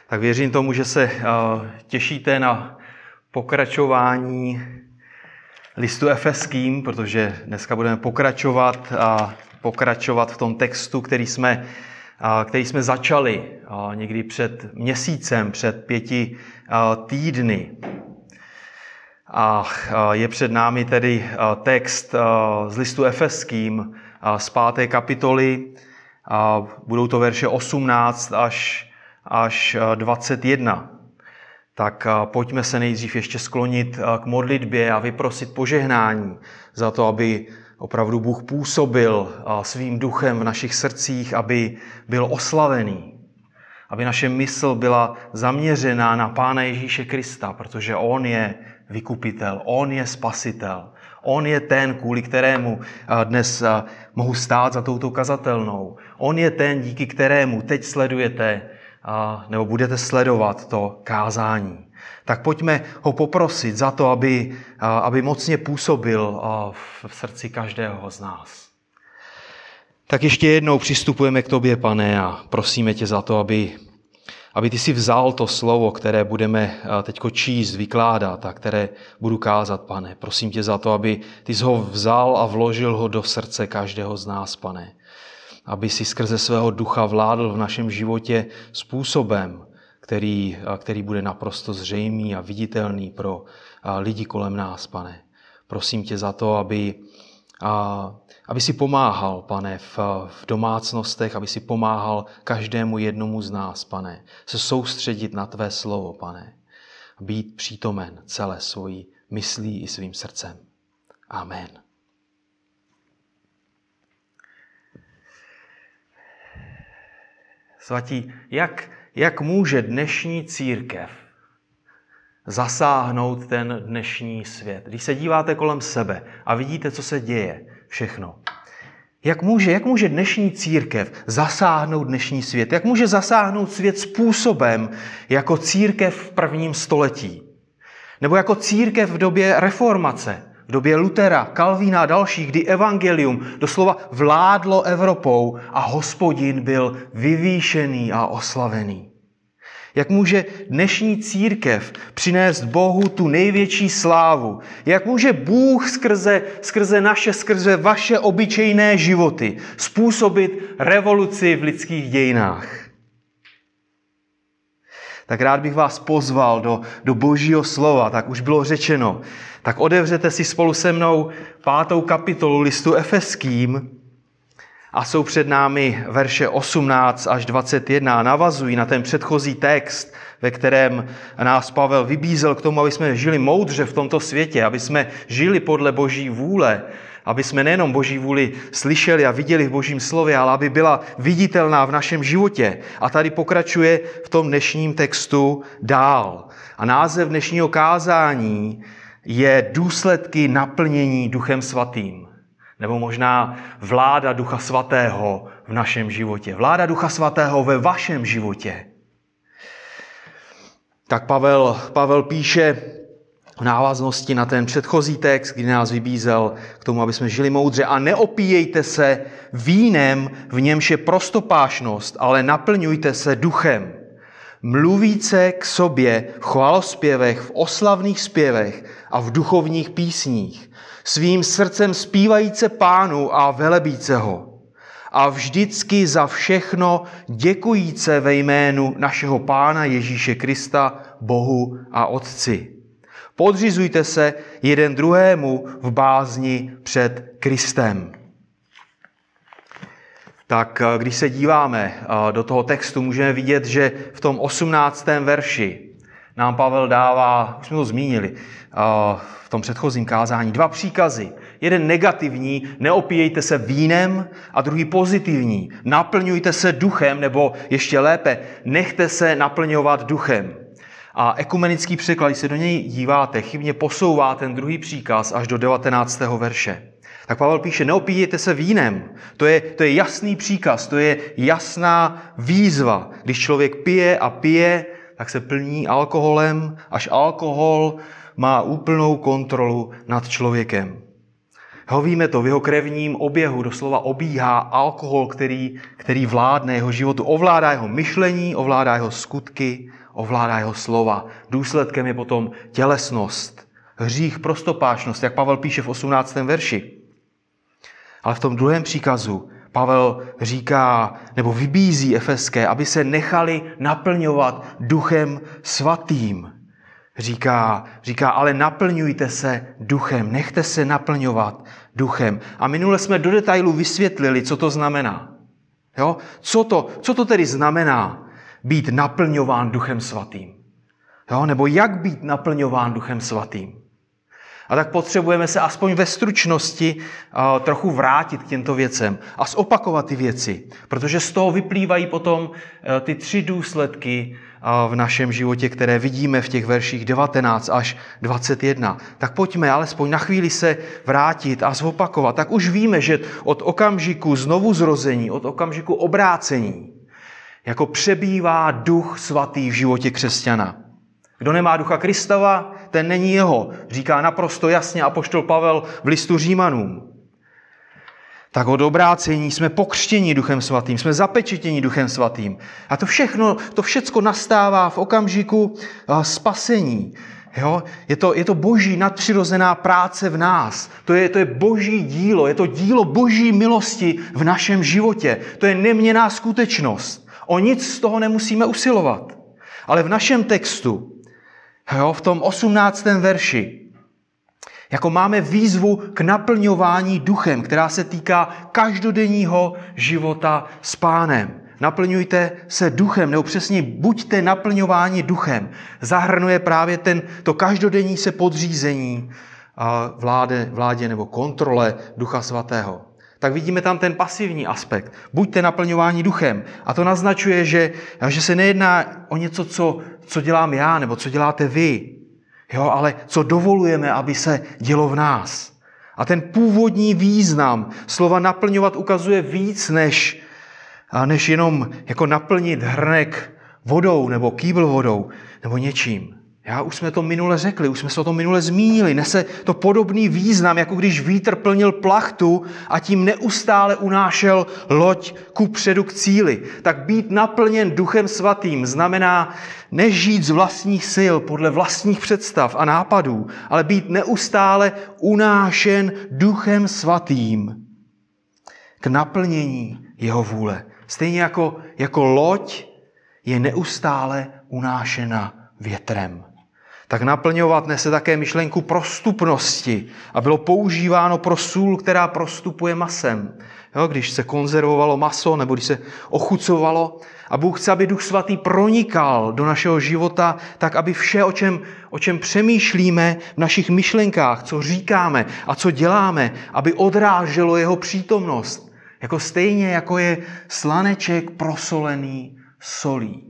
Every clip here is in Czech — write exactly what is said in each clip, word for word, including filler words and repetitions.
Tak věřím tomu, že se těšíte na pokračování listu Efeským, protože dneska budeme pokračovat a pokračovat v tom textu, který jsme, který jsme začali někdy před měsícem, před pěti týdny. A je před námi tedy text z listu Efeským z páté kapitoly. Budou to verše osmnáct až až dvacet jedna. Tak pojďme se nejdřív ještě sklonit k modlitbě a vyprosit požehnání za to, aby opravdu Bůh působil svým duchem v našich srdcích, aby byl oslavený, aby naše mysl byla zaměřená na Pána Ježíše Krista, protože On je vykupitel, On je spasitel, On je ten, kvůli kterému dnes mohu stát za touto kazatelnou. On je ten, díky kterému teď sledujete nebo budete sledovat to kázání. Tak pojďme ho poprosit za to, aby, aby mocně působil v srdci každého z nás. Tak ještě jednou přistupujeme k tobě, Pane, a prosíme tě za to, aby, aby ty si vzal to slovo, které budeme teďko číst, vykládat a které budu kázat, Pane. Prosím tě za to, aby ty jsi ho vzal a vložil ho do srdce každého z nás, Pane. Aby si skrze svého ducha vládl v našem životě způsobem, který, který bude naprosto zřejmý a viditelný pro lidi kolem nás, Pane. Prosím tě za to, aby, aby si pomáhal, Pane, v, v domácnostech, aby si pomáhal každému jednomu z nás, Pane, se soustředit na tvé slovo, Pane. Být přítomen celé svojí myslí i svým srdcem. Amen. Svatí, jak, jak může dnešní církev zasáhnout ten dnešní svět? Když se díváte kolem sebe a vidíte, co se děje, všechno. Jak může, jak může dnešní církev zasáhnout dnešní svět? Jak může zasáhnout svět způsobem jako církev v prvním století? Nebo jako církev v době reformace? V době Lutera, Kalvína a dalších, kdy evangelium doslova vládlo Evropou a Hospodin byl vyvýšený a oslavený. Jak může dnešní církev přinést Bohu tu největší slávu? Jak může Bůh skrze, skrze naše, skrze vaše obyčejné životy způsobit revoluci v lidských dějinách? Tak rád bych vás pozval do, do Božího slova, tak už bylo řečeno. Tak otevřete si spolu se mnou pátou kapitolu listu Efeským a jsou před námi verše osmnáct až dvacet jedna. Navazují na ten předchozí text, ve kterém nás Pavel vybízel k tomu, aby jsme žili moudře v tomto světě, aby jsme žili podle Boží vůle, aby jsme nejenom Boží vůli slyšeli a viděli v Božím slově, ale aby byla viditelná v našem životě. A tady pokračuje v tom dnešním textu dál. A název dnešního kázání je důsledky naplnění Duchem Svatým. Nebo možná vláda Ducha Svatého v našem životě. Vláda Ducha Svatého ve vašem životě. Tak Pavel, Pavel píše v návaznosti na ten předchozí text, kdy nás vybízel k tomu, aby jsme žili moudře. A neopíjejte se vínem, v němž je prostopášnost, ale naplňujte se duchem. Mluvíce k sobě v chválospěvech, v oslavných zpěvech a v duchovních písních. Svým srdcem zpívajíce Pánu a velebíce ho. A vždycky za všechno děkujíce ve jménu našeho Pána Ježíše Krista, Bohu a Otci. Podřizujte se jeden druhému v bázni před Kristem. Tak když se díváme do toho textu, můžeme vidět, že v tom osmnáctém verši nám Pavel dává, už jsme to zmínili, v tom předchozím kázání, dva příkazy. Jeden negativní, neopíjejte se vínem, a druhý pozitivní, naplňujte se duchem, nebo ještě lépe, nechte se naplňovat duchem. A ekumenický překlad, když se do něj díváte, chybně posouvá ten druhý příkaz až do devatenáctého verše. Tak Pavel píše, neopíjejte se vínem. To je, to je jasný příkaz, to je jasná výzva. Když člověk pije a pije, tak se plní alkoholem, až alkohol má úplnou kontrolu nad člověkem. Víme to v jeho krevním oběhu, doslova obíhá alkohol, který, který vládne jeho životu. Ovládá jeho myšlení, ovládá jeho skutky, ovládá jeho slova. Důsledkem je potom tělesnost, hřích, prostopášnost, jak Pavel píše v osmnáctém verši. Ale v tom druhém příkazu Pavel říká, nebo vybízí Efeské, aby se nechali naplňovat Duchem Svatým. Říká, říká, ale naplňujte se Duchem, nechte se naplňovat Duchem. A minule jsme do detailu vysvětlili, co to znamená. Jo? Co to, co to tedy znamená být naplňován Duchem Svatým? Jo? Nebo jak být naplňován Duchem Svatým? A tak potřebujeme se aspoň ve stručnosti uh, trochu vrátit k těmto věcem a zopakovat ty věci, protože z toho vyplývají potom uh, ty tři důsledky uh, v našem životě, které vidíme v těch verších devatenáct až dvacet jedna. Tak pojďme alespoň na chvíli se vrátit a zopakovat. Tak už víme, že od okamžiku znovu zrození, od okamžiku obrácení, jako přebývá Duch Svatý v životě křesťana. Kdo nemá Ducha Kristova, ten není jeho, říká naprosto jasně apoštol Pavel v listu Římanům. Tak od obrácení jsme pokřtěni Duchem Svatým, jsme zapečetěni Duchem Svatým. A to všechno, to všecko nastává v okamžiku spasení. Jo? Je to, je to boží nadpřirozená práce v nás. To je, to je boží dílo, je to dílo boží milosti v našem životě. To je neměnná skutečnost. O nic z toho nemusíme usilovat. Ale v našem textu, jo, v tom osmnáctém verši, jako máme výzvu k naplňování duchem, která se týká každodenního života s Pánem. Naplňujte se duchem, nebo přesně buďte naplňováni duchem. Zahrnuje právě ten, to každodenní se podřízení vládě, vládě nebo kontrole Ducha Svatého. Tak vidíme tam ten pasivní aspekt. Buďte naplňováni duchem. A to naznačuje, že, že se nejedná o něco, co, co dělám já, nebo co děláte vy, jo, ale co dovolujeme, aby se dělo v nás. A ten původní význam slova naplňovat ukazuje víc, než, než jenom jako naplnit hrnek vodou, nebo kýbl vodou, nebo něčím. Já už jsme to minule řekli, už jsme se o tom minule zmínili. Nese to podobný význam, jako když vítr plnil plachtu a tím neustále unášel loď kupředu k cíli. Tak být naplněn Duchem Svatým znamená nežít z vlastních sil, podle vlastních představ a nápadů, ale být neustále unášen Duchem Svatým k naplnění jeho vůle. Stejně jako, jako loď je neustále unášena větrem. Tak naplňovat nese také myšlenku prostupnosti a bylo používáno pro sůl, která prostupuje masem. Jo, když se konzervovalo maso nebo když se ochucovalo. A Bůh chce, aby Duch Svatý pronikal do našeho života, tak aby vše, o čem, o čem přemýšlíme v našich myšlenkách, co říkáme a co děláme, aby odráželo jeho přítomnost. Jako stejně, jako je slaneček prosolený solí.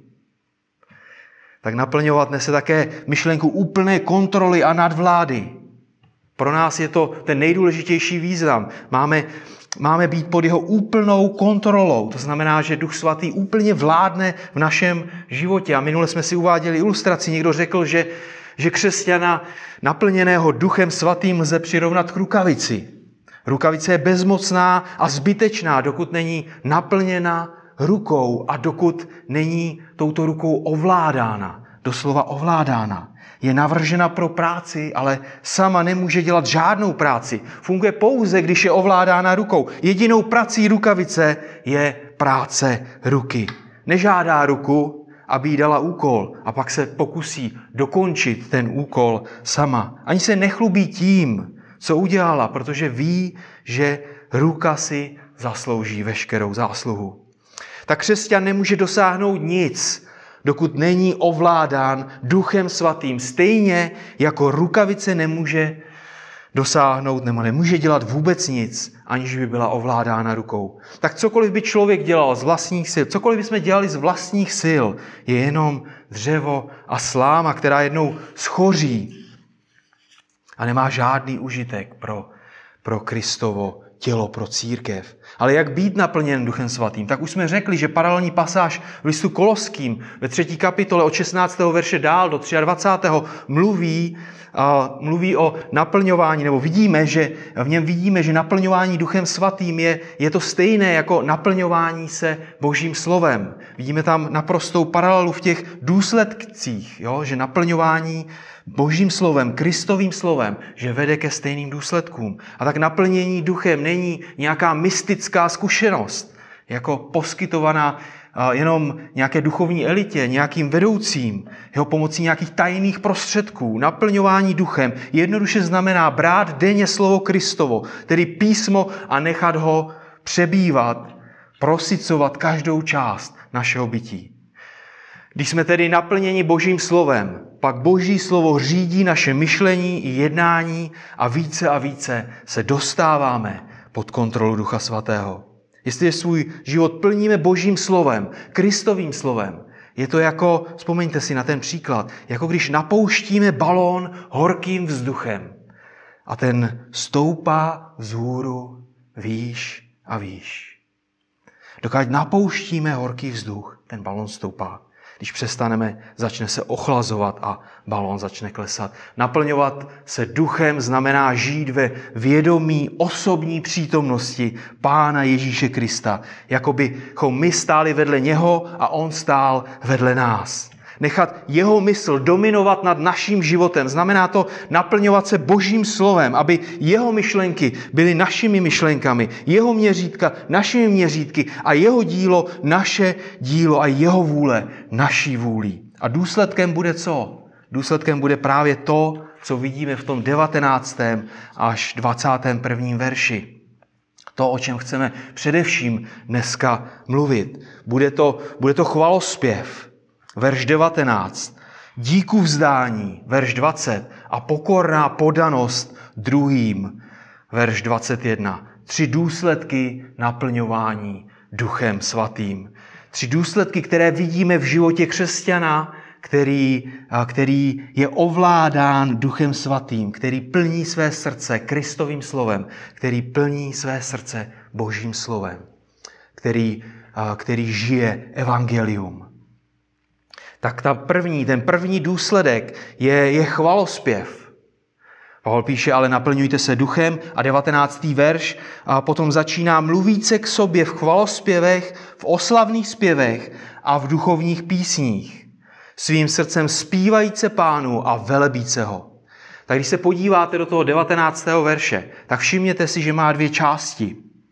Tak naplňovat nese také myšlenku úplné kontroly a nadvlády. Pro nás je to ten nejdůležitější význam. Máme, máme být pod jeho úplnou kontrolou. To znamená, že Duch Svatý úplně vládne v našem životě. A minule jsme si uváděli ilustraci. Někdo řekl, že, že křesťana naplněného Duchem Svatým lze přirovnat k rukavici. Rukavice je bezmocná a zbytečná, dokud není naplněna rukou a dokud není touto rukou ovládána, doslova ovládána. Je navržena pro práci, ale sama nemůže dělat žádnou práci. Funguje pouze, když je ovládána rukou. Jedinou prací rukavice je práce ruky. Nežádá ruku, aby jí dala úkol a pak se pokusí dokončit ten úkol sama. Ani se nechlubí tím, co udělala, protože ví, že ruka si zaslouží veškerou zásluhu. Tak křesťan nemůže dosáhnout nic, dokud není ovládán Duchem Svatým. Stejně jako rukavice nemůže dosáhnout nebo nemůže dělat vůbec nic, aniž by byla ovládána rukou. Tak cokoliv by člověk dělal z vlastních sil, cokoliv bychom dělali z vlastních sil, je jenom dřevo a sláma, která jednou schoří a nemá žádný užitek pro, pro Kristovo tělo pro církev. Ale jak být naplněn Duchem Svatým? Tak už jsme řekli, že paralelní pasáž v listu Koloským ve třetí kapitole od šestnáctého verše dál do dvacátého třetího mluví, a mluví o naplňování, nebo vidíme, že v něm vidíme, že naplňování Duchem Svatým je, je to stejné jako naplňování se Božím slovem. Vidíme tam naprostou paralelu v těch důsledcích, jo? Že naplňování Božím slovem, Kristovým slovem, že vede ke stejným důsledkům. A tak naplnění duchem není nějaká mystická zkušenost, jako poskytovaná jenom nějaké duchovní elitě, nějakým vedoucím, jeho pomocí nějakých tajných prostředků. Naplňování duchem jednoduše znamená brát denně slovo Kristovo, tedy písmo, a nechat ho přebývat, prosicovat každou část našeho bytí. Když jsme tedy naplněni Božím slovem, pak Boží slovo řídí naše myšlení i jednání a více a více se dostáváme pod kontrolu Ducha Svatého. Jestli svůj život plníme Božím slovem, Kristovým slovem, je to jako, vzpomeňte si na ten příklad, jako když napouštíme balón horkým vzduchem a ten stoupá vzhůru výš a výš. Dokud napouštíme horký vzduch, ten balón stoupá. Když přestaneme, začne se ochlazovat a balón začne klesat. Naplňovat se duchem znamená žít ve vědomí osobní přítomnosti Pána Ježíše Krista. Jako bychom my stáli vedle něho a on stál vedle nás. Nechat jeho mysl dominovat nad naším životem. Znamená to naplňovat se Božím slovem, aby jeho myšlenky byly našimi myšlenkami, jeho měřítka našimi měřítky a jeho dílo naše dílo a jeho vůle naší vůlí. A důsledkem bude co? Důsledkem bude právě to, co vidíme v tom devatenáctém až dvacátém prvním verši. To, o čem chceme především dneska mluvit. Bude to, bude to chvalospěv. Verš devatenáct. Díku vzdání, verš dvacet. A pokorná podanost druhým, verš dvacet jedna. Tři důsledky naplňování Duchem Svatým. Tři důsledky, které vidíme v životě křesťana, který, který je ovládán Duchem Svatým, který plní své srdce Kristovým slovem, který plní své srdce Božím slovem, který, který žije evangelium. Tak ta první, ten první důsledek je, je chvalospěv. Pavel píše, ale naplňujte se duchem a devatenáctý verš a potom začíná mluvíce k sobě v chvalospěvech, v oslavných zpěvech a v duchovních písních. Svým srdcem zpívajíce Pánu a velebíce ho. Tak když se podíváte do toho devatenáctého verše, tak všimněte si, že má dvě části.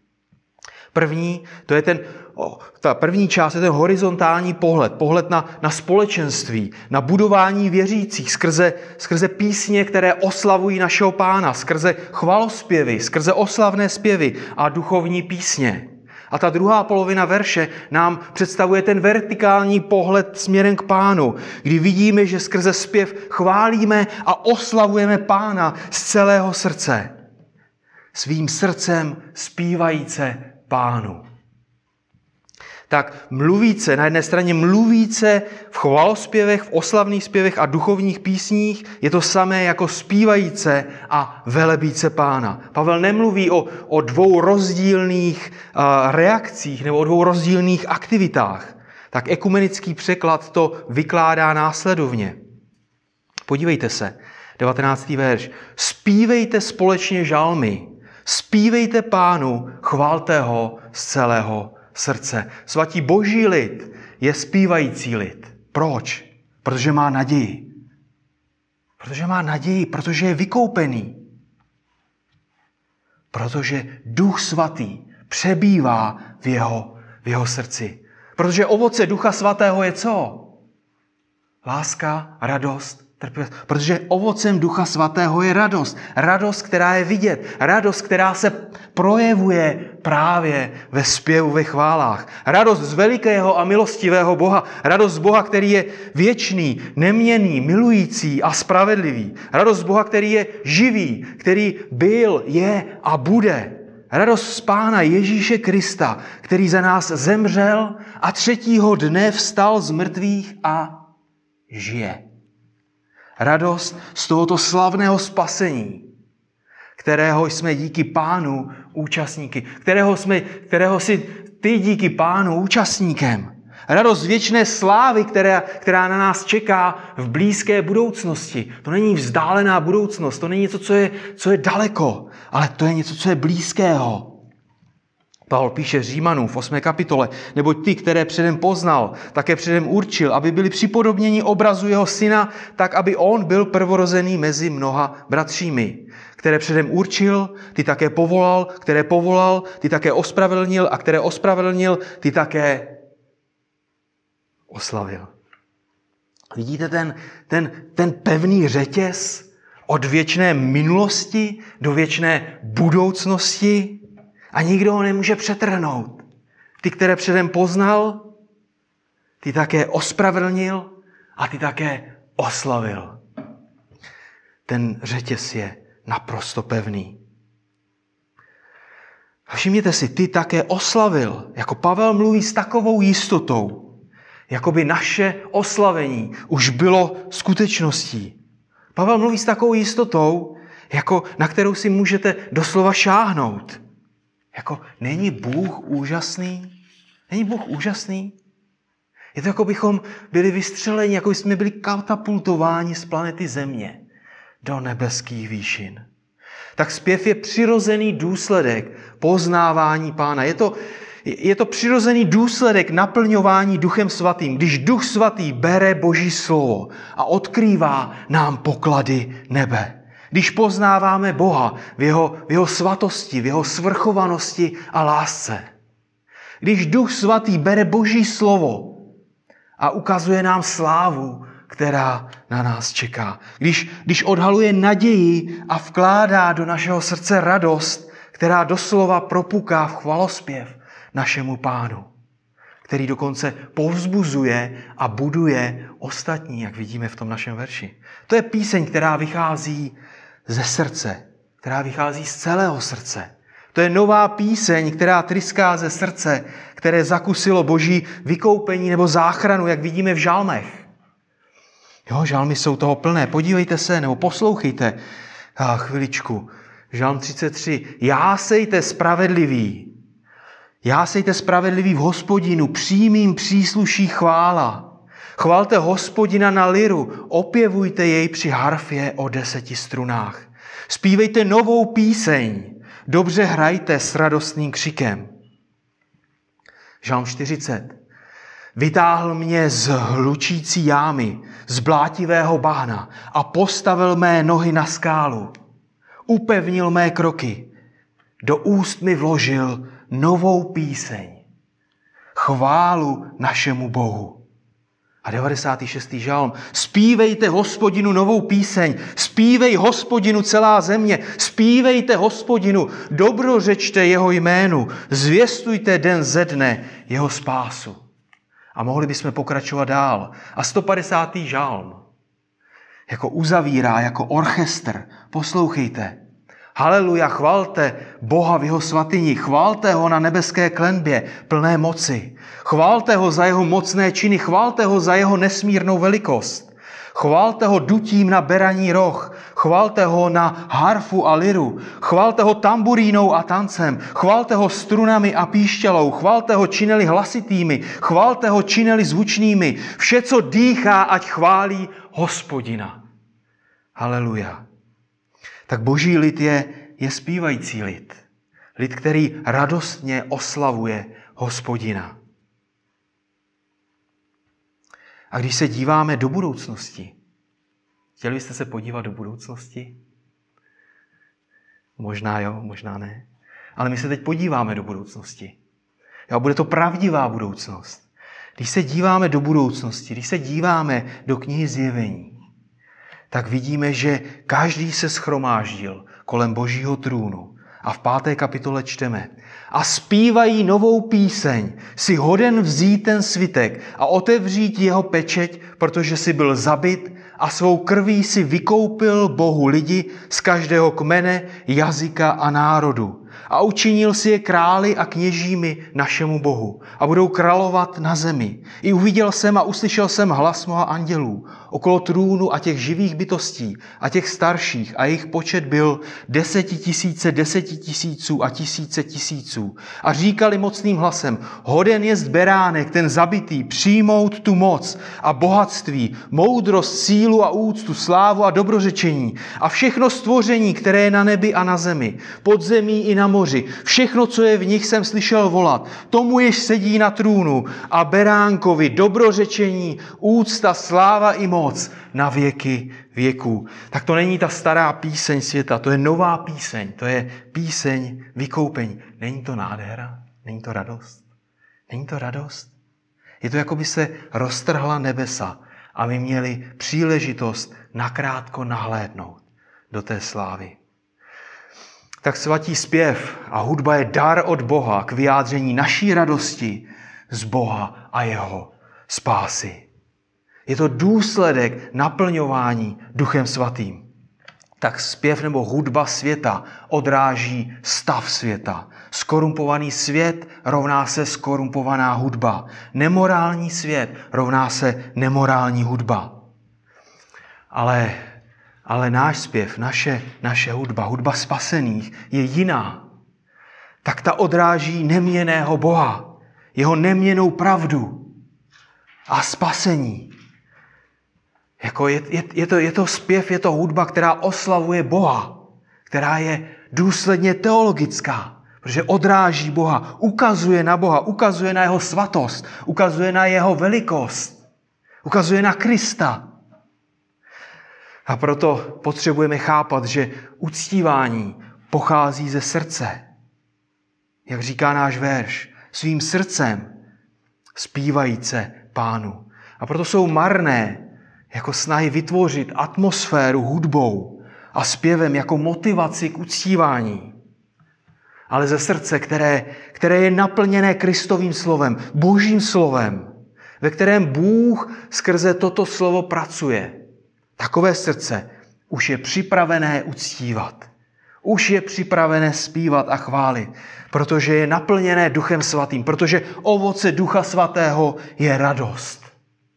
První, to je ten, o, ta první část je ten horizontální pohled, pohled na, na společenství, na budování věřících skrze, skrze písně, které oslavují našeho Pána, skrze chvalospěvy, skrze oslavné zpěvy a duchovní písně. A ta druhá polovina verše nám představuje ten vertikální pohled směrem k Pánu, kdy vidíme, že skrze zpěv chválíme a oslavujeme Pána z celého srdce. Svým srdcem zpívajíce Pánu. Tak mluvíce, na jedné straně mluvíce v chvalospěvech, v oslavných zpěvech a duchovních písních je to samé jako zpívajíce a velebíce Pána. Pavel nemluví o, o dvou rozdílných uh, reakcích nebo o dvou rozdílných aktivitách. Tak ekumenický překlad to vykládá následovně. Podívejte se, devatenáctý verš. Zpívejte společně žalmy, zpívejte Pánu, chválte ho z celého srdce. Svatí Boží lid je zpívající lid. Proč? Protože má naději. Protože má naději, protože je vykoupený. Protože Duch Svatý přebývá v jeho, v jeho srdci. Protože ovoce Ducha Svatého je co? Láska, radost, trpělivost. Protože ovocem Ducha Svatého je radost. Radost, která je vidět. Radost, která se projevuje právě ve zpěvu, ve chválách. Radost z velikého a milostivého Boha. Radost z Boha, který je věčný, neměnný, milující a spravedlivý. Radost z Boha, který je živý, který byl, je a bude. Radost z Pána Ježíše Krista, který za nás zemřel a třetího dne vstal z mrtvých a žije. Radost z tohoto slavného spasení, kterého jsme díky Pánu účastníky, kterého, jsme, kterého si ty díky Pánu účastníkem. Radost věčné slávy, která, která na nás čeká v blízké budoucnosti. To není vzdálená budoucnost, to není něco, co je, co je daleko, ale to je něco, co je blízkého. Pavel píše Římanům v osmé kapitole, neboť ty, které předem poznal, také předem určil, aby byli připodobněni obrazu jeho syna, tak aby on byl prvorozený mezi mnoha bratřími. Které předem určil, ty také povolal, které povolal, ty také ospravedlnil a které ospravedlnil, ty také oslavil. Vidíte ten, ten, ten pevný řetěz od věčné minulosti do věčné budoucnosti a nikdo ho nemůže přetrhnout. Ty, které předem poznal, ty také ospravedlnil a ty také oslavil. Ten řetěz je naprosto pevný. A všimněte si, ty také oslavil. Jako Pavel mluví s takovou jistotou, jako by naše oslavení už bylo skutečností. Pavel mluví s takovou jistotou, jako na kterou si můžete doslova šáhnout. Jako není Bůh úžasný? Není Bůh úžasný? Je to, jako bychom byli vystřeleni, jako jsme byli katapultováni z planety Země do nebeských výšin. Tak zpěv je přirozený důsledek poznávání Pána. Je to, je to přirozený důsledek naplňování Duchem Svatým, když Duch Svatý bere Boží slovo a odkrývá nám poklady nebe. Když poznáváme Boha v jeho, v jeho svatosti, v jeho svrchovanosti a lásce. Když Duch Svatý bere Boží slovo a ukazuje nám slávu, která na nás čeká. Když, když odhaluje naději a vkládá do našeho srdce radost, která doslova propuká v chvalospěv našemu Pánu, který dokonce povzbuzuje a buduje ostatní, jak vidíme v tom našem verši. To je píseň, která vychází ze srdce, která vychází z celého srdce. To je nová píseň, která tryská ze srdce, které zakusilo Boží vykoupení nebo záchranu, jak vidíme v žalmech. Jo, žalmy jsou toho plné. Podívejte se nebo poslouchejte ah, chviličku. Žalm třicet tři. Jásejte spravedliví. Jásejte spravedliví v Hospodinu, přímým přísluší chvála. Chvalte Hospodina na liru, opěvujte jej při harfě o deseti strunách. Zpívejte novou píseň, dobře hrajte s radostným křikem. Žalm čtyřicet. Vytáhl mě z hlučící jámy, z blátivého bahna a postavil mé nohy na skálu. Upevnil mé kroky, do úst mi vložil novou píseň. Chválu našemu Bohu. A devadesátý šestý žalm. Zpívejte Hospodinu novou píseň, zpívej Hospodinu celá země, zpívejte Hospodinu, dobrořečte jeho jménu, zvěstujte den ze dne jeho spásu. A mohli bychom pokračovat dál. A sto padesátý žalm. Jako uzavírá, jako orchestr. Poslouchejte. Haleluja, chvalte Boha v jeho svatyni, chvalte ho na nebeské klenbě plné moci. Chvalte ho za jeho mocné činy, chvalte ho za jeho nesmírnou velikost. Chvalte ho dutím na beraní roh, chvalte ho na harfu a liru, chvalte ho tamburínou a tancem, chvalte ho strunami a píšťalou, chvalte ho čineli hlasitými, chvalte ho čineli zvučnými. Vše, co dýchá, ať chválí Hospodina. Haleluja. Tak Boží lid je, je zpívající lid. Lid, který radostně oslavuje Hospodina. A když se díváme do budoucnosti, chtěli byste se podívat do budoucnosti? Možná jo, možná ne. Ale my se teď podíváme do budoucnosti. Jo, bude to pravdivá budoucnost. Když se díváme do budoucnosti, když se díváme do knihy Zjevení, tak vidíme, že každý se shromáždil kolem Božího trůnu. A v páté kapitole čteme. A zpívají novou píseň, si hoden vzít ten svitek a otevřít jeho pečeť, protože si byl zabit a svou krví si vykoupil Bohu lidi z každého kmene, jazyka a národu. a učinil si je králi a kněžími našemu Bohu a budou královat na zemi. I uviděl jsem a uslyšel jsem hlas mnoha andělů okolo trůnu a těch živých bytostí a těch starších a jejich počet byl desetitisíce desetitisíců a tisíce tisíců. A říkali mocným hlasem, hoden jest beránek, ten zabitý, přijmout tu moc a bohatství, moudrost, sílu a úctu, slávu a dobrořečení a všechno stvoření, které je na nebi a na zemi, pod zemí i na moři. Všechno, co je v nich, jsem slyšel volat. Tomu, jež sedí na trůnu a beránkovi dobrořečení, úcta, sláva i moc na věky věků. Tak to není ta stará píseň světa, to je nová píseň, to je píseň vykoupení. Není to nádhera? Není to radost? Není to radost? Je to, jako by se roztrhla nebesa a my měli příležitost nakrátko nahlédnout do té slávy. Tak svatý zpěv a hudba je dar od Boha k vyjádření naší radosti z Boha a jeho spásy. Je to důsledek naplňování Duchem Svatým. Tak zpěv nebo hudba světa odráží stav světa. Skorumpovaný svět rovná se skorumpovaná hudba. Nemorální svět rovná se nemorální hudba. Ale, ale náš zpěv, naše, naše hudba, hudba spasených je jiná. Tak ta odráží neměnného Boha, jeho neměnnou pravdu a spasení. Jako je, je, je, to, je to zpěv, je to hudba, která oslavuje Boha, která je důsledně teologická, protože odráží Boha, ukazuje na Boha, ukazuje na jeho svatost, ukazuje na jeho velikost, ukazuje na Krista. A proto potřebujeme chápat, že uctívání pochází ze srdce. Jak říká náš verš, svým srdcem zpívajíce Pánu. A proto jsou marné jako snahy vytvořit atmosféru hudbou a zpěvem jako motivaci k uctívání. Ale ze srdce, které, které je naplněné Kristovým slovem, Božím slovem, ve kterém Bůh skrze toto slovo pracuje. Takové srdce už je připravené uctívat. Už je připravené zpívat a chválit, protože je naplněné Duchem Svatým, protože ovoce Ducha Svatého je radost.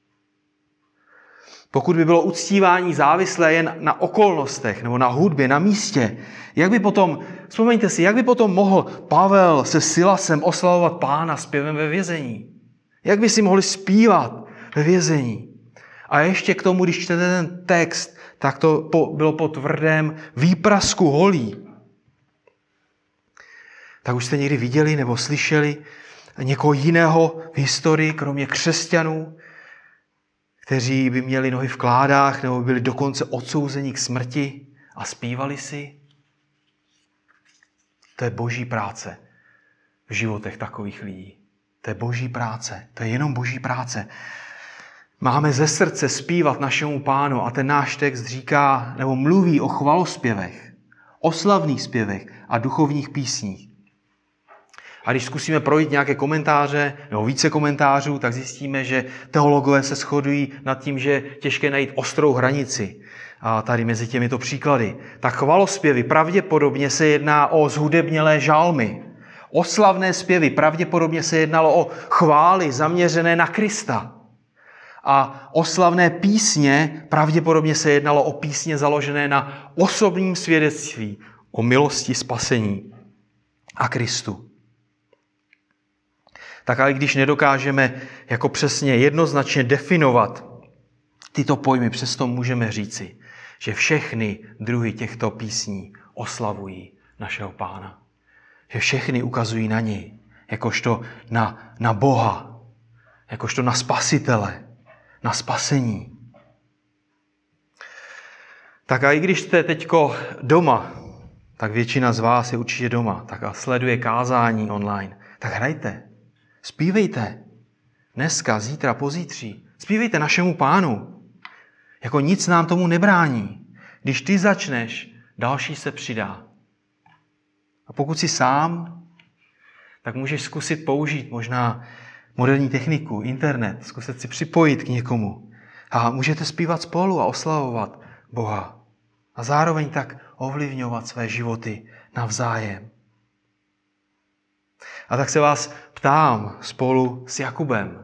Pokud by bylo uctívání závislé jen na okolnostech nebo na hudbě, na místě, jak by potom, vzpomeňte si, jak by potom mohl Pavel se Silasem oslavovat Pána zpěvem ve vězení? Jak by si mohli zpívat ve vězení? A ještě k tomu, když čtete ten text, tak to po, bylo pod tvrdém výprasku holí. Tak už jste někdy viděli nebo slyšeli někoho jiného v historii, kromě křesťanů, kteří by měli nohy v kládách nebo byli dokonce odsouzeni k smrti a zpívali si? To je boží práce v životech takových lidí. To je boží práce. To je jenom boží práce. Máme ze srdce zpívat našemu Pánu a ten náš text říká nebo mluví o chvalospěvech, oslavných zpěvech a duchovních písních. A když zkusíme projít nějaké komentáře nebo více komentářů, tak zjistíme, že teologové se shodují nad tím, že je těžké najít ostrou hranici. A tady mezi těmito příklady. Tak chvalospěvy pravděpodobně se jedná o zhudebnělé žalmy. Oslavné zpěvy pravděpodobně se jednalo o chvály zaměřené na Krista. A oslavné písně pravděpodobně se jednalo o písně založené na osobním svědectví o milosti spasení a Kristu. Tak ale když nedokážeme jako přesně jednoznačně definovat tyto pojmy, přesto můžeme říci, že všechny druhy těchto písní oslavují našeho Pána. Že všechny ukazují na něj, jakožto na, na Boha, jakožto na Spasitele, na spasení. Tak a i když jste teďko doma, tak většina z vás je určitě doma, tak a sleduje kázání online, tak hrajte. Zpívejte. Dneska, zítra, pozítří. Zpívejte našemu Pánu. Jako nic nám tomu nebrání. Když ty začneš, další se přidá. A pokud jsi sám, tak můžeš zkusit použít možná moderní techniku, internet, zkusit si připojit k někomu. A můžete zpívat spolu a oslavovat Boha. A zároveň tak ovlivňovat své životy navzájem. A tak se vás ptám spolu s Jakubem.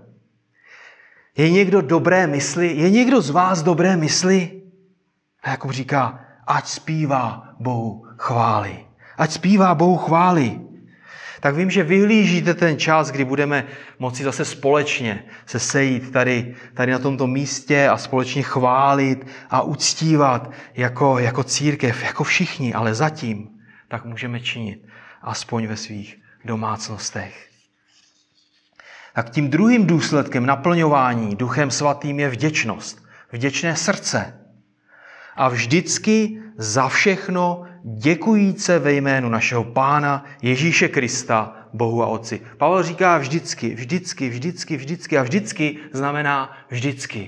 Je někdo dobré mysli? Je někdo z vás dobré mysli? A Jakub říká, ať zpívá Bohu chvály. Ať zpívá Bohu chvály. Tak vím, že vyhlížíte ten čas, kdy budeme moci zase společně se sejít tady, tady na tomto místě a společně chválit a uctívat jako, jako církev, jako všichni, ale zatím tak můžeme činit aspoň ve svých domácnostech. Tak tím druhým důsledkem naplňování Duchem Svatým je vděčnost, vděčné srdce. A vždycky za všechno děkujíce ve jménu našeho Pána Ježíše Krista, Bohu a Otci. Pavel říká vždycky, vždycky, vždycky, vždycky a vždycky znamená vždycky.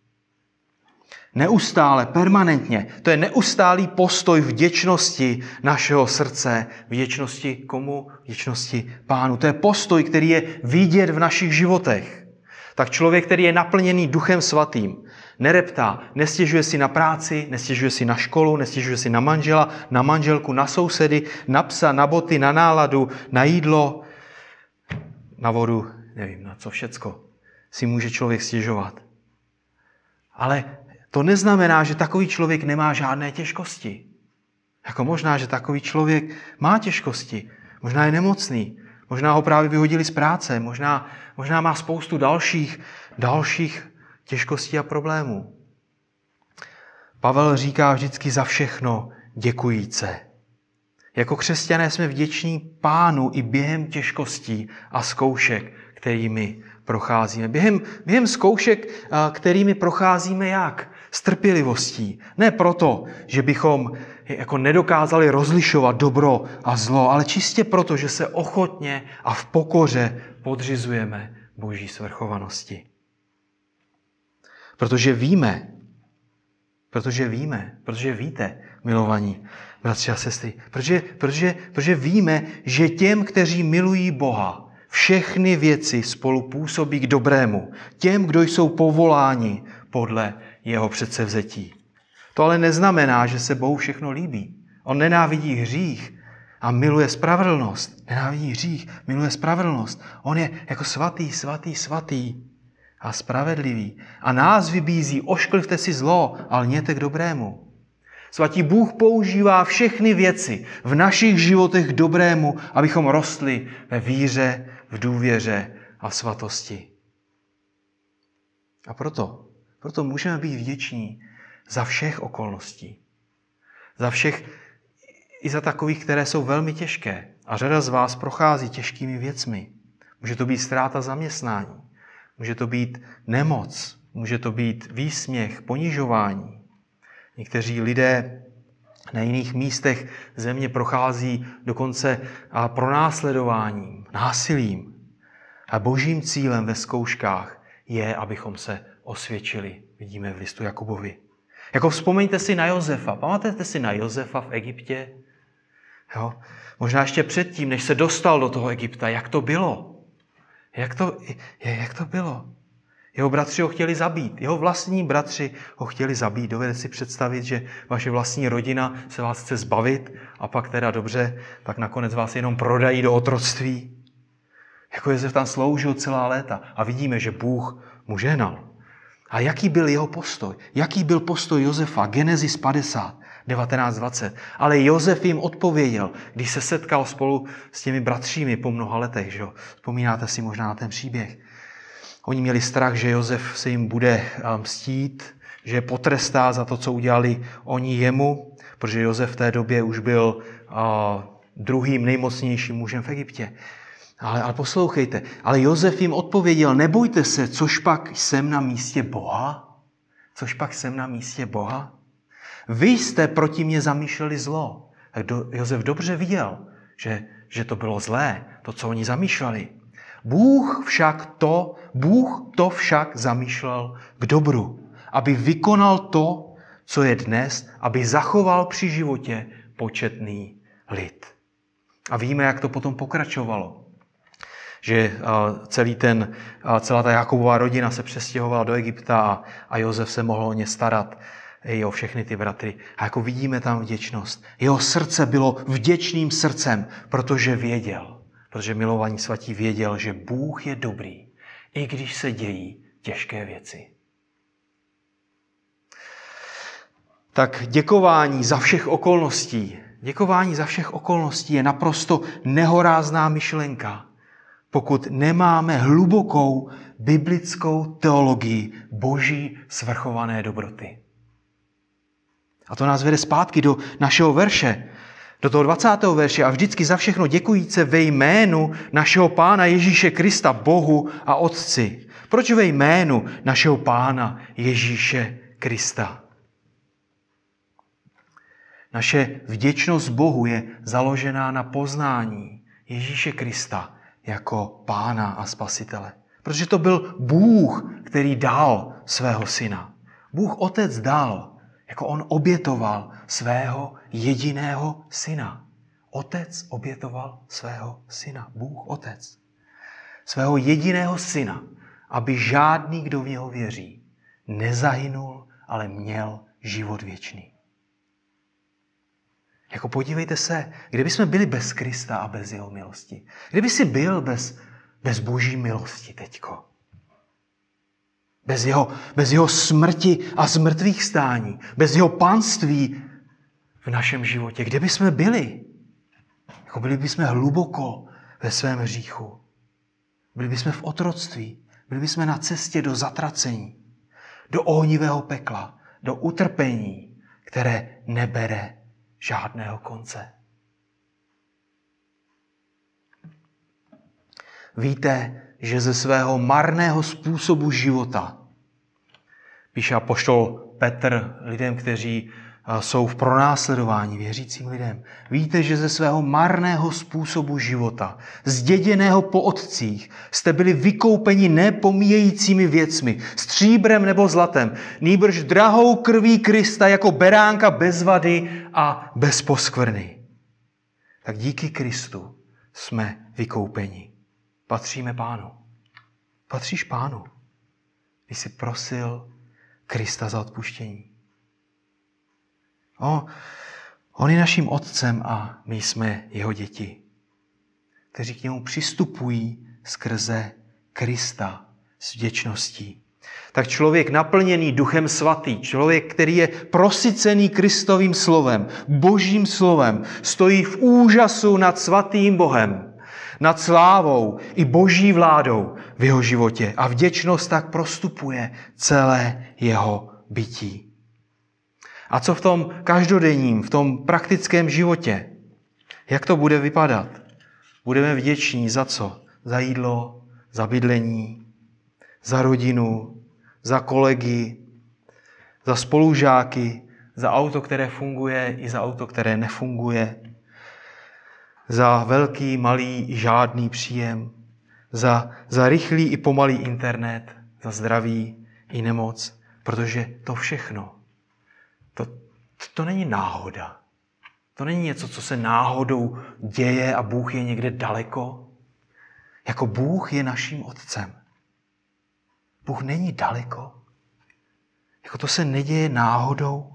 Neustále, permanentně. To je neustálý postoj vděčnosti našeho srdce. Vděčnosti komu? Vděčnosti Pánu. To je postoj, který je vidět v našich životech. Tak člověk, který je naplněný Duchem Svatým, nereptá, nestěžuje si na práci, nestěžuje si na školu, nestěžuje si na manžela, na manželku, na sousedy, na psa, na boty, na náladu, na jídlo, na vodu, nevím, na co všecko si může člověk stěžovat. Ale to neznamená, že takový člověk nemá žádné těžkosti. Jako možná, že takový člověk má těžkosti, možná je nemocný, možná ho právě vyhodili z práce, možná, možná má spoustu dalších, dalších těžkostí a problémů. Pavel říká vždycky za všechno děkujíce. Jako křesťané jsme vděční Pánu i během těžkostí a zkoušek, kterými procházíme. Během, během zkoušek, kterými procházíme jak? S trpělivostí. Ne proto, že bychom jako nedokázali rozlišovat dobro a zlo, ale čistě proto, že se ochotně a v pokoře podřizujeme Boží svrchovanosti. Protože víme, protože víme, protože víte, milovaní bratři a sestry, protože, protože, protože víme, že těm, kteří milují Boha, všechny věci spolu působí k dobrému. Těm, kdo jsou povoláni podle jeho předsevzetí. To ale neznamená, že se Bohu všechno líbí. On nenávidí hřích a miluje spravedlnost. Nenávidí hřích, miluje spravedlnost. On je jako svatý, svatý, svatý a spravedlivý. A nás vybízí, ošklivte si zlo, ale lněte k dobrému. Svatý Bůh používá všechny věci v našich životech k dobrému, abychom rostli ve víře, v důvěře a v svatosti. A proto, proto můžeme být vděční za všech okolností. Za všech, i za takových, které jsou velmi těžké. A řada z vás prochází těžkými věcmi. Může to být ztráta zaměstnání. Může to být nemoc. Může to být výsměch, ponižování. Někteří lidé na jiných místech země prochází dokonce pronásledováním, násilím. A božím cílem ve zkouškách je, abychom se osvědčili. Vidíme v listu Jakubovi. Jako vzpomeňte si na Josefa. Pamatujete si na Josefa v Egyptě? Jo? Možná ještě předtím, než se dostal do toho Egypta, jak to bylo? Jak to, jak to bylo? Jeho bratři ho chtěli zabít. Jeho vlastní bratři ho chtěli zabít. Dovedete si představit, že vaše vlastní rodina se vás chce zbavit a pak teda dobře, tak nakonec vás jenom prodají do otroctví. Jako Josef tam sloužil celá léta a vidíme, že Bůh mu žehnal. A jaký byl jeho postoj? Jaký byl postoj Josefa? Genesis padesát, devatenáct dvacet. Ale Josef jim odpověděl, když se setkal spolu s těmi bratřími po mnoha letech. Že jo? Vzpomínáte si možná na ten příběh. Oni měli strach, že Josef se jim bude mstít, že je potrestá za to, co udělali oni jemu, protože Josef v té době už byl uh, druhým nejmocnějším mužem v Egyptě. Ale, ale poslouchejte, ale Josef jim odpověděl, nebojte se, což pak jsem na místě Boha? Což pak jsem na místě Boha? Vy jste proti mě zamýšleli zlo. Tak do, Josef dobře viděl, že, že to bylo zlé, to, co oni zamýšleli. Bůh však to, Bůh to však zamýšlel k dobru, aby vykonal to, co je dnes, aby zachoval při životě početný lid. A víme, jak to potom pokračovalo. Že celý ten, celá ta Jakubova rodina se přestěhovala do Egypta a, a Josef se mohl o ně starat, i o všechny ty bratry. A jako vidíme tam vděčnost. Jeho srdce bylo vděčným srdcem, protože věděl, protože milovaní svatí věděl, že Bůh je dobrý, i když se dějí těžké věci. Tak děkování za všech okolností, děkování za všech okolností je naprosto nehorázná myšlenka, pokud nemáme hlubokou biblickou teologii Boží svrchované dobroty. A to nás vede zpátky do našeho verše, do toho dvacátého verše. A vždycky za všechno děkujíce ve jménu našeho Pána Ježíše Krista, Bohu a Otci. Proč ve jménu našeho Pána Ježíše Krista? Naše vděčnost Bohu je založená na poznání Ježíše Krista jako Pána a Spasitele. Protože to byl Bůh, který dal svého syna. Bůh Otec dal, jako on obětoval svého jediného syna. Otec obětoval svého syna. Bůh Otec. Svého jediného syna, aby žádný, kdo v něho věří, nezahynul, ale měl život věčný. Jako podívejte se, kdyby jsme byli bez Krista a bez jeho milosti. Kdyby jsi byl bez, bez Boží milosti teďko. Bez jeho, bez jeho smrti a zmrtvých stání. Bez jeho panství v našem životě. Kde by jsme byli? Jako byli bychom hluboko ve svém hříchu. Byli bychom v otroctví. Byli bychom na cestě do zatracení. Do ohnivého pekla. Do utrpení, které nebere žádného konce. Víte, že ze svého marného způsobu života, píše apoštol Petr lidem, kteří jsou v pronásledování, věřícím lidem, víte, že ze svého marného způsobu života, zděděného po otcích, jste byli vykoupeni nepomíjejícími věcmi, stříbrem nebo zlatem, nýbrž drahou krví Krista jako beránka bez vady a bez poskvrny. Tak díky Kristu jsme vykoupeni. Patříme Pánu. Patříš Pánu, když jsi prosil Krista za odpuštění. O, on je naším otcem a my jsme jeho děti, kteří k němu přistupují skrze Krista s vděčností. Tak člověk naplněný Duchem Svatý, člověk, který je prosycený Kristovým slovem, Božím slovem, stojí v úžasu nad svatým Bohem, nad slávou i Boží vládou v jeho životě a vděčnost tak prostupuje celé jeho bytí. A co v tom každodenním, v tom praktickém životě? Jak to bude vypadat? Budeme vděční za co? Za jídlo, za bydlení, za rodinu, za kolegy, za spolužáky, za auto, které funguje i za auto, které nefunguje, za velký, malý i žádný příjem, za, za rychlý i pomalý internet, za zdraví i nemoc, protože to všechno, to, to není náhoda. To není něco, co se náhodou děje a Bůh je někde daleko. Jako Bůh je naším otcem. Bůh není daleko. Jako to se neděje náhodou.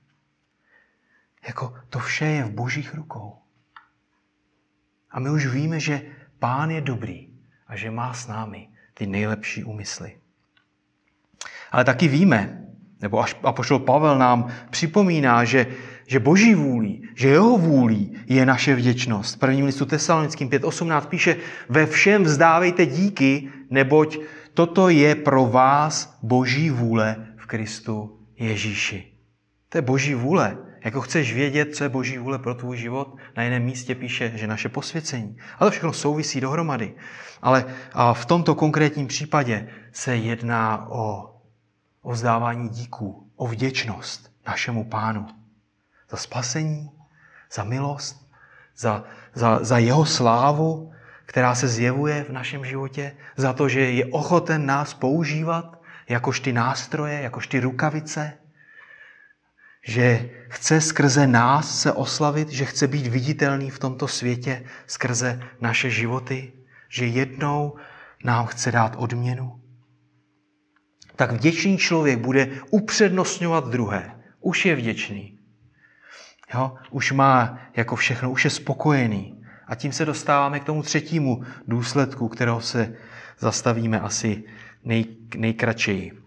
Jako to vše je v Božích rukou. A my už víme, že Pán je dobrý a že má s námi ty nejlepší úmysly. Ale taky víme, nebo apoštol Pavel nám připomíná, že, že Boží vůlí, že jeho vůlí je naše vděčnost. V prvním listu Tesalonickým pět osmnáct píše, ve všem vzdávejte díky, neboť toto je pro vás Boží vůle v Kristu Ježíši. To je Boží vůle. Jako chceš vědět, co je Boží vůle pro tvůj život, na jiném místě píše, že naše posvěcení. Ale to všechno souvisí dohromady. Ale v tomto konkrétním případě se jedná o, o vzdávání díků, o vděčnost našemu Pánu. Za spasení, za milost, za, za, za jeho slávu, která se zjevuje v našem životě, za to, že je ochoten nás používat jakož ty nástroje, jakož ty rukavice, že chce skrze nás se oslavit, že chce být viditelný v tomto světě skrze naše životy, že jednou nám chce dát odměnu. Tak vděčný člověk bude upřednostňovat druhé. Už je vděčný. Jo? Už má jako všechno, už je spokojený. A tím se dostáváme k tomu třetímu důsledku, kterého se zastavíme asi nej, nejkratčeji.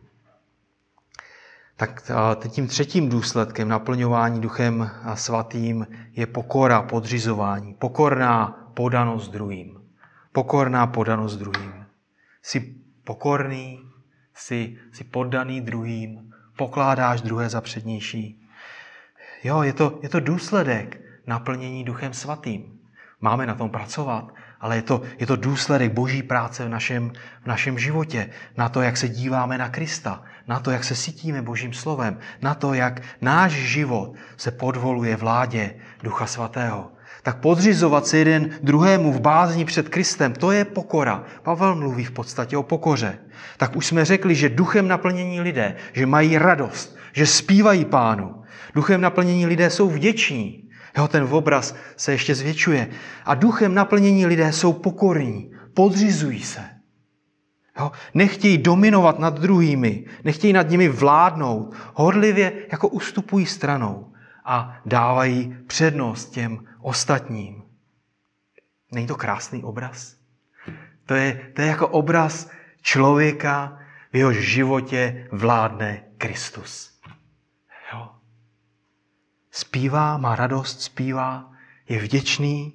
Tak tím třetím důsledkem naplňování Duchem Svatým je pokora, podřizování, pokorná podanost druhým. Pokorná podanost druhým. Jsi pokorný, jsi, jsi poddaný druhým, pokládáš druhé za přednější. Jo, je to, je to důsledek naplnění Duchem Svatým. Máme na tom pracovat, ale je to, je to důsledek Boží práce v našem, v našem životě. Na to, jak se díváme na Krista. Na to, jak se cítíme Božím slovem. Na to, jak náš život se podvoluje vládě Ducha Svatého. Tak podřizovat se jeden druhému v bázni před Kristem, to je pokora. Pavel mluví v podstatě o pokoře. Tak už jsme řekli, že duchem naplnění lidé, že mají radost, že zpívají Pánu. Duchem naplnění lidé jsou vděční. Jo, ten obraz se ještě zvětšuje. A duchem naplnění lidé jsou pokorní, podřizují se. Jo, nechtějí dominovat nad druhými, nechtějí nad nimi vládnout, horlivě jako ustupují stranou a dávají přednost těm ostatním. Není to krásný obraz? To je, to je jako obraz člověka, v jehož životě vládne Kristus. Jo. Zpívá, má radost, zpívá, je vděčný,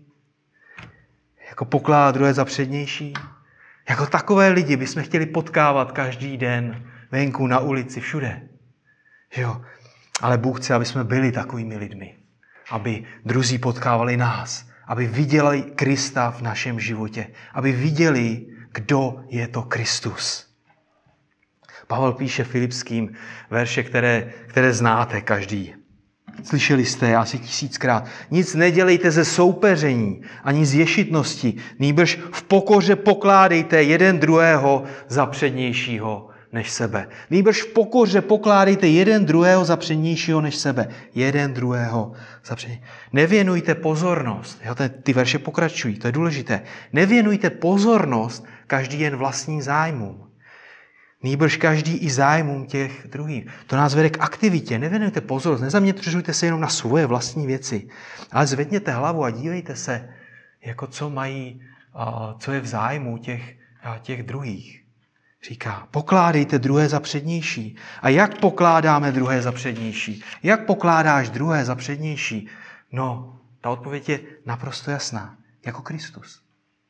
jako pokládá druhé za přednější. Jako takové lidi bychom chtěli potkávat každý den venku, na ulici, všude. Že jo? Ale Bůh chce, aby jsme byli takovými lidmi. Aby druzí potkávali nás. Aby viděli Krista v našem životě. Aby viděli, kdo je to Kristus. Pavel píše Filipským verše, které, které znáte každý. Slyšeli jste je asi tisíckrát. Nic nedělejte ze soupeření, ani z ješitnosti, nýbrž v pokoře pokládejte jeden druhého za přednějšího než sebe. Nýbrž v pokoře pokládejte jeden druhého za přednějšího než sebe. Jeden druhého za přednějšího. Nevěnujte pozornost. Jo, ty verše pokračují, to je důležité. Nevěnujte pozornost každý jen vlastním zájmům. Nýbrž každý i zájmům těch druhých. To nás vede k aktivitě. Nevěnujte pozornost, nezaměřujte se jenom na svoje vlastní věci, ale zvedněte hlavu a dívejte se, jako co mají, co je v zájmu těch, těch druhých. Říká, pokládejte druhé za přednější. A jak pokládáme druhé za přednější? Jak pokládáš druhé za přednější? No, ta odpověď je naprosto jasná. Jako Kristus.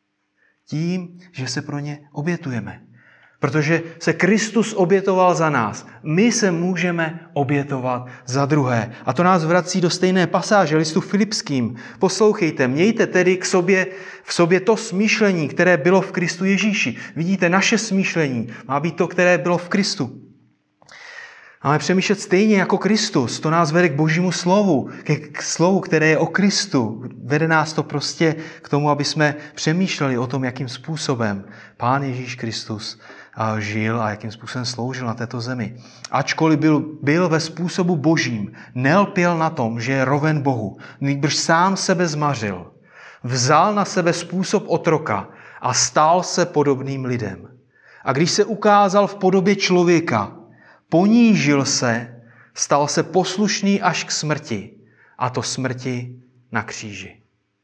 Tím, že se pro ně obětujeme. Protože se Kristus obětoval za nás. My se můžeme obětovat za druhé. A to nás vrací do stejné pasáže listu Filipským. Poslouchejte, mějte tedy k sobě, v sobě to smýšlení, které bylo v Kristu Ježíši. Vidíte, naše smýšlení má být to, které bylo v Kristu. Máme přemýšlet stejně jako Kristus. To nás vede k Božímu slovu, k slovu, které je o Kristu. Vede nás to prostě k tomu, aby jsme přemýšleli o tom, jakým způsobem Pán Ježíš Kristus žil a jakým způsobem sloužil na této zemi. Ačkoliv byl, byl ve způsobu božím, nelpěl na tom, že je roven Bohu, nýbrž sám sebe zmařil. Vzal na sebe způsob otroka a stal se podobným lidem. A když se ukázal v podobě člověka, ponížil se, stal se poslušný až k smrti, a to smrti na kříži.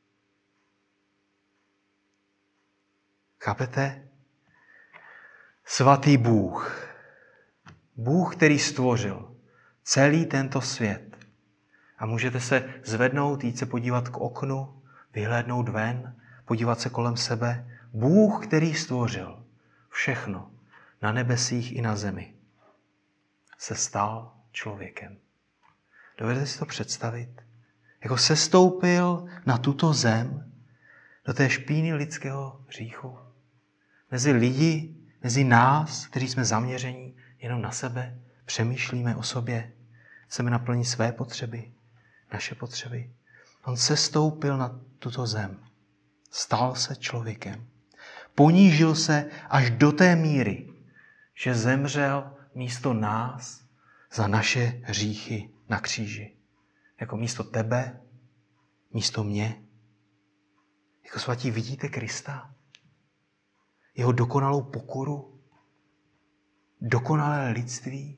Chápete? Svatý Bůh, Bůh, který stvořil celý tento svět. A můžete se zvednout, jít se podívat k oknu, vyhlédnout ven, podívat se kolem sebe. Bůh, který stvořil všechno na nebesích i na zemi, se stal člověkem. Dovedete si to představit? Jako sestoupil na tuto zem, do té špíny lidského hříchu. Mezi lidi, mezi nás, kteří jsme zaměření jenom na sebe, přemýšlíme o sobě, chceme naplnit své potřeby, naše potřeby. On sestoupil na tuto zem, stal se člověkem. Ponížil se až do té míry, že zemřel místo nás za naše hříchy na kříži. Jako místo tebe, místo mě. Jako svatí vidíte Krista? Jeho dokonalou pokoru? Dokonalé lidství?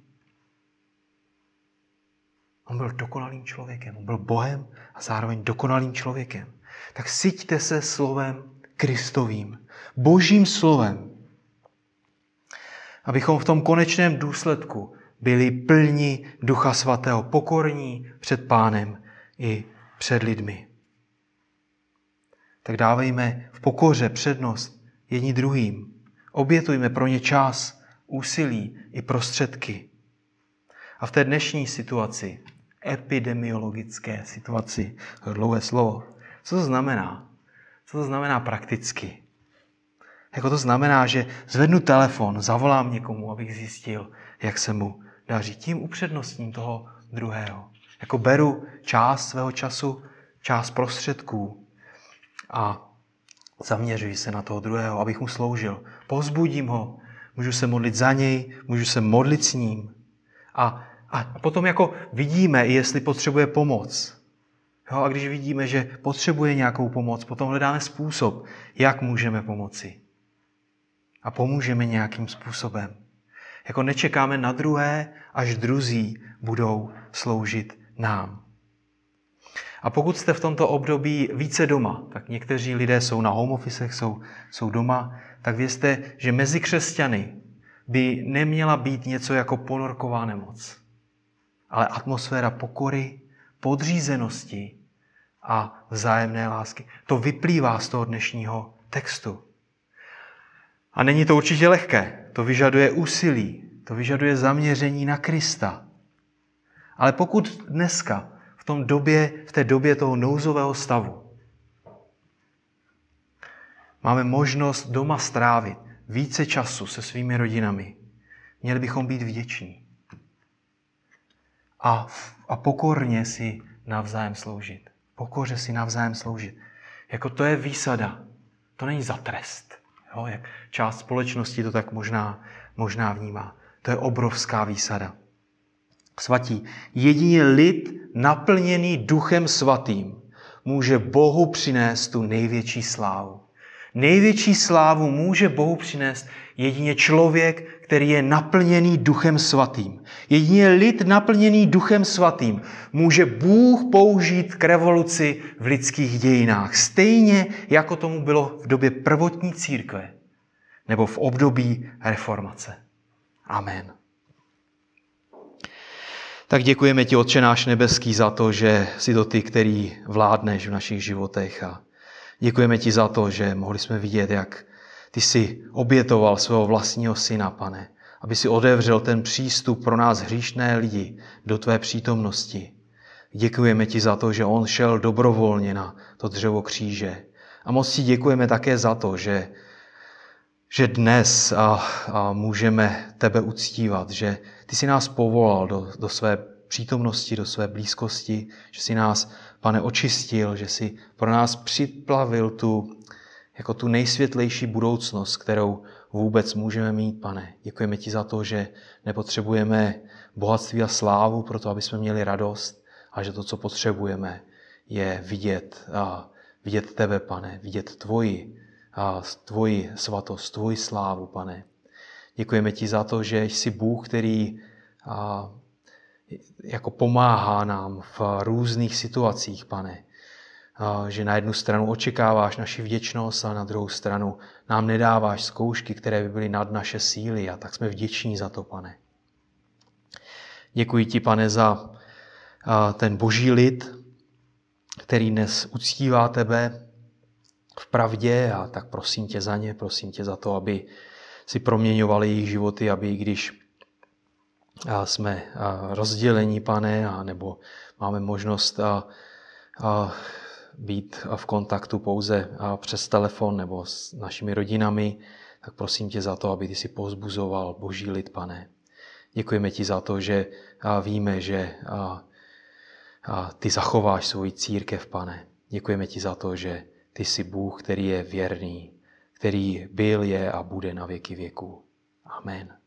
On byl dokonalým člověkem. On byl Bohem a zároveň dokonalým člověkem. tak syťte se slovem Kristovým, Božím slovem, abychom v tom konečném důsledku byli plni Ducha Svatého, pokorní před Pánem i před lidmi. Tak dávejme v pokoře přednost jedni druhým. Obětujme pro ně čas, úsilí i prostředky. A v té dnešní situaci, epidemiologické situaci, to je dlouhé slovo, co to znamená? Co to znamená prakticky? Jako to znamená, že zvednu telefon, zavolám někomu, abych zjistil, jak se mu daří. Tím upřednostním toho druhého. Jako beru část svého času, část prostředků a zaměřuji se na toho druhého, abych mu sloužil. Povzbudím ho, můžu se modlit za něj, můžu se modlit s ním. A, a potom jako vidíme, jestli potřebuje pomoc. Jo, a když vidíme, že potřebuje nějakou pomoc, potom hledáme způsob, jak můžeme pomoci. A pomůžeme nějakým způsobem. Jako nečekáme na druhé, až druzí budou sloužit nám. A pokud jste v tomto období více doma, tak někteří lidé jsou na home officech, jsou, jsou doma, tak vězte, že mezi křesťany by neměla být něco jako ponorková nemoc, ale atmosféra pokory, podřízenosti a vzájemné lásky. To vyplývá z toho dnešního textu. A není to určitě lehké, to vyžaduje úsilí, to vyžaduje zaměření na Krista. Ale pokud dneska, v, tom době, v té době toho nouzového stavu, máme možnost doma strávit více času se svými rodinami, měli bychom být vděční. A, a pokorně si navzájem sloužit. Pokoře si navzájem sloužit. Jako to je výsada, to není za trest. Jo, jak část společnosti to tak možná, možná vnímá. To je obrovská výsada. Svatí, jedině lid naplněný Duchem Svatým může Bohu přinést tu největší slávu. Největší slávu může Bohu přinést jedině člověk, který je naplněný Duchem Svatým. Jedině lid naplněný Duchem Svatým může Bůh použít k revoluci v lidských dějinách. Stejně jako tomu bylo v době prvotní církve nebo v období reformace. Amen. Tak děkujeme ti, Otče náš nebeský, za to, že jsi to ty, který vládneš v našich životech. A děkujeme ti za to, že mohli jsme vidět, jak ty jsi obětoval svého vlastního syna, Pane, aby si otevřel ten přístup pro nás hříšné lidi do tvé přítomnosti. Děkujeme ti za to, že on šel dobrovolně na to dřevo kříže. A moc ti děkujeme také za to, že, že dnes a, a můžeme tebe uctívat, že ty jsi nás povolal do, do své přítomnosti, do své blízkosti, že jsi nás, Pane, očistil, že jsi pro nás připlavil tu, jako tu nejsvětlejší budoucnost, kterou vůbec můžeme mít, Pane. Děkujeme ti za to, že nepotřebujeme bohatství a slávu pro to, aby jsme měli radost, a že to, co potřebujeme, je vidět, a vidět tebe, Pane, vidět tvoji, a tvoji svatost, tvoji slávu, Pane. Děkujeme ti za to, že jsi Bůh, který a, jako pomáhá nám v různých situacích, Pane. A, že na jednu stranu očekáváš naši vděčnost a na druhou stranu nám nedáváš zkoušky, které by byly nad naše síly, a tak jsme vděční za to, Pane. Děkuji ti, Pane, za a, ten boží lid, který dnes uctívá tebe v pravdě, a tak prosím tě za ně, prosím tě za to, aby si proměňovali jejich životy, aby když jsme rozdělení, Pane, a nebo máme možnost a, a být v kontaktu pouze přes telefon nebo s našimi rodinami, tak prosím tě za to, aby ty si povzbuzoval boží lid, Pane. Děkujeme ti za to, že víme, že ty zachováš svoji církev, Pane. Děkujeme ti za to, že ty jsi Bůh, který je věrný, který byl, je a bude na věky věků. Amen.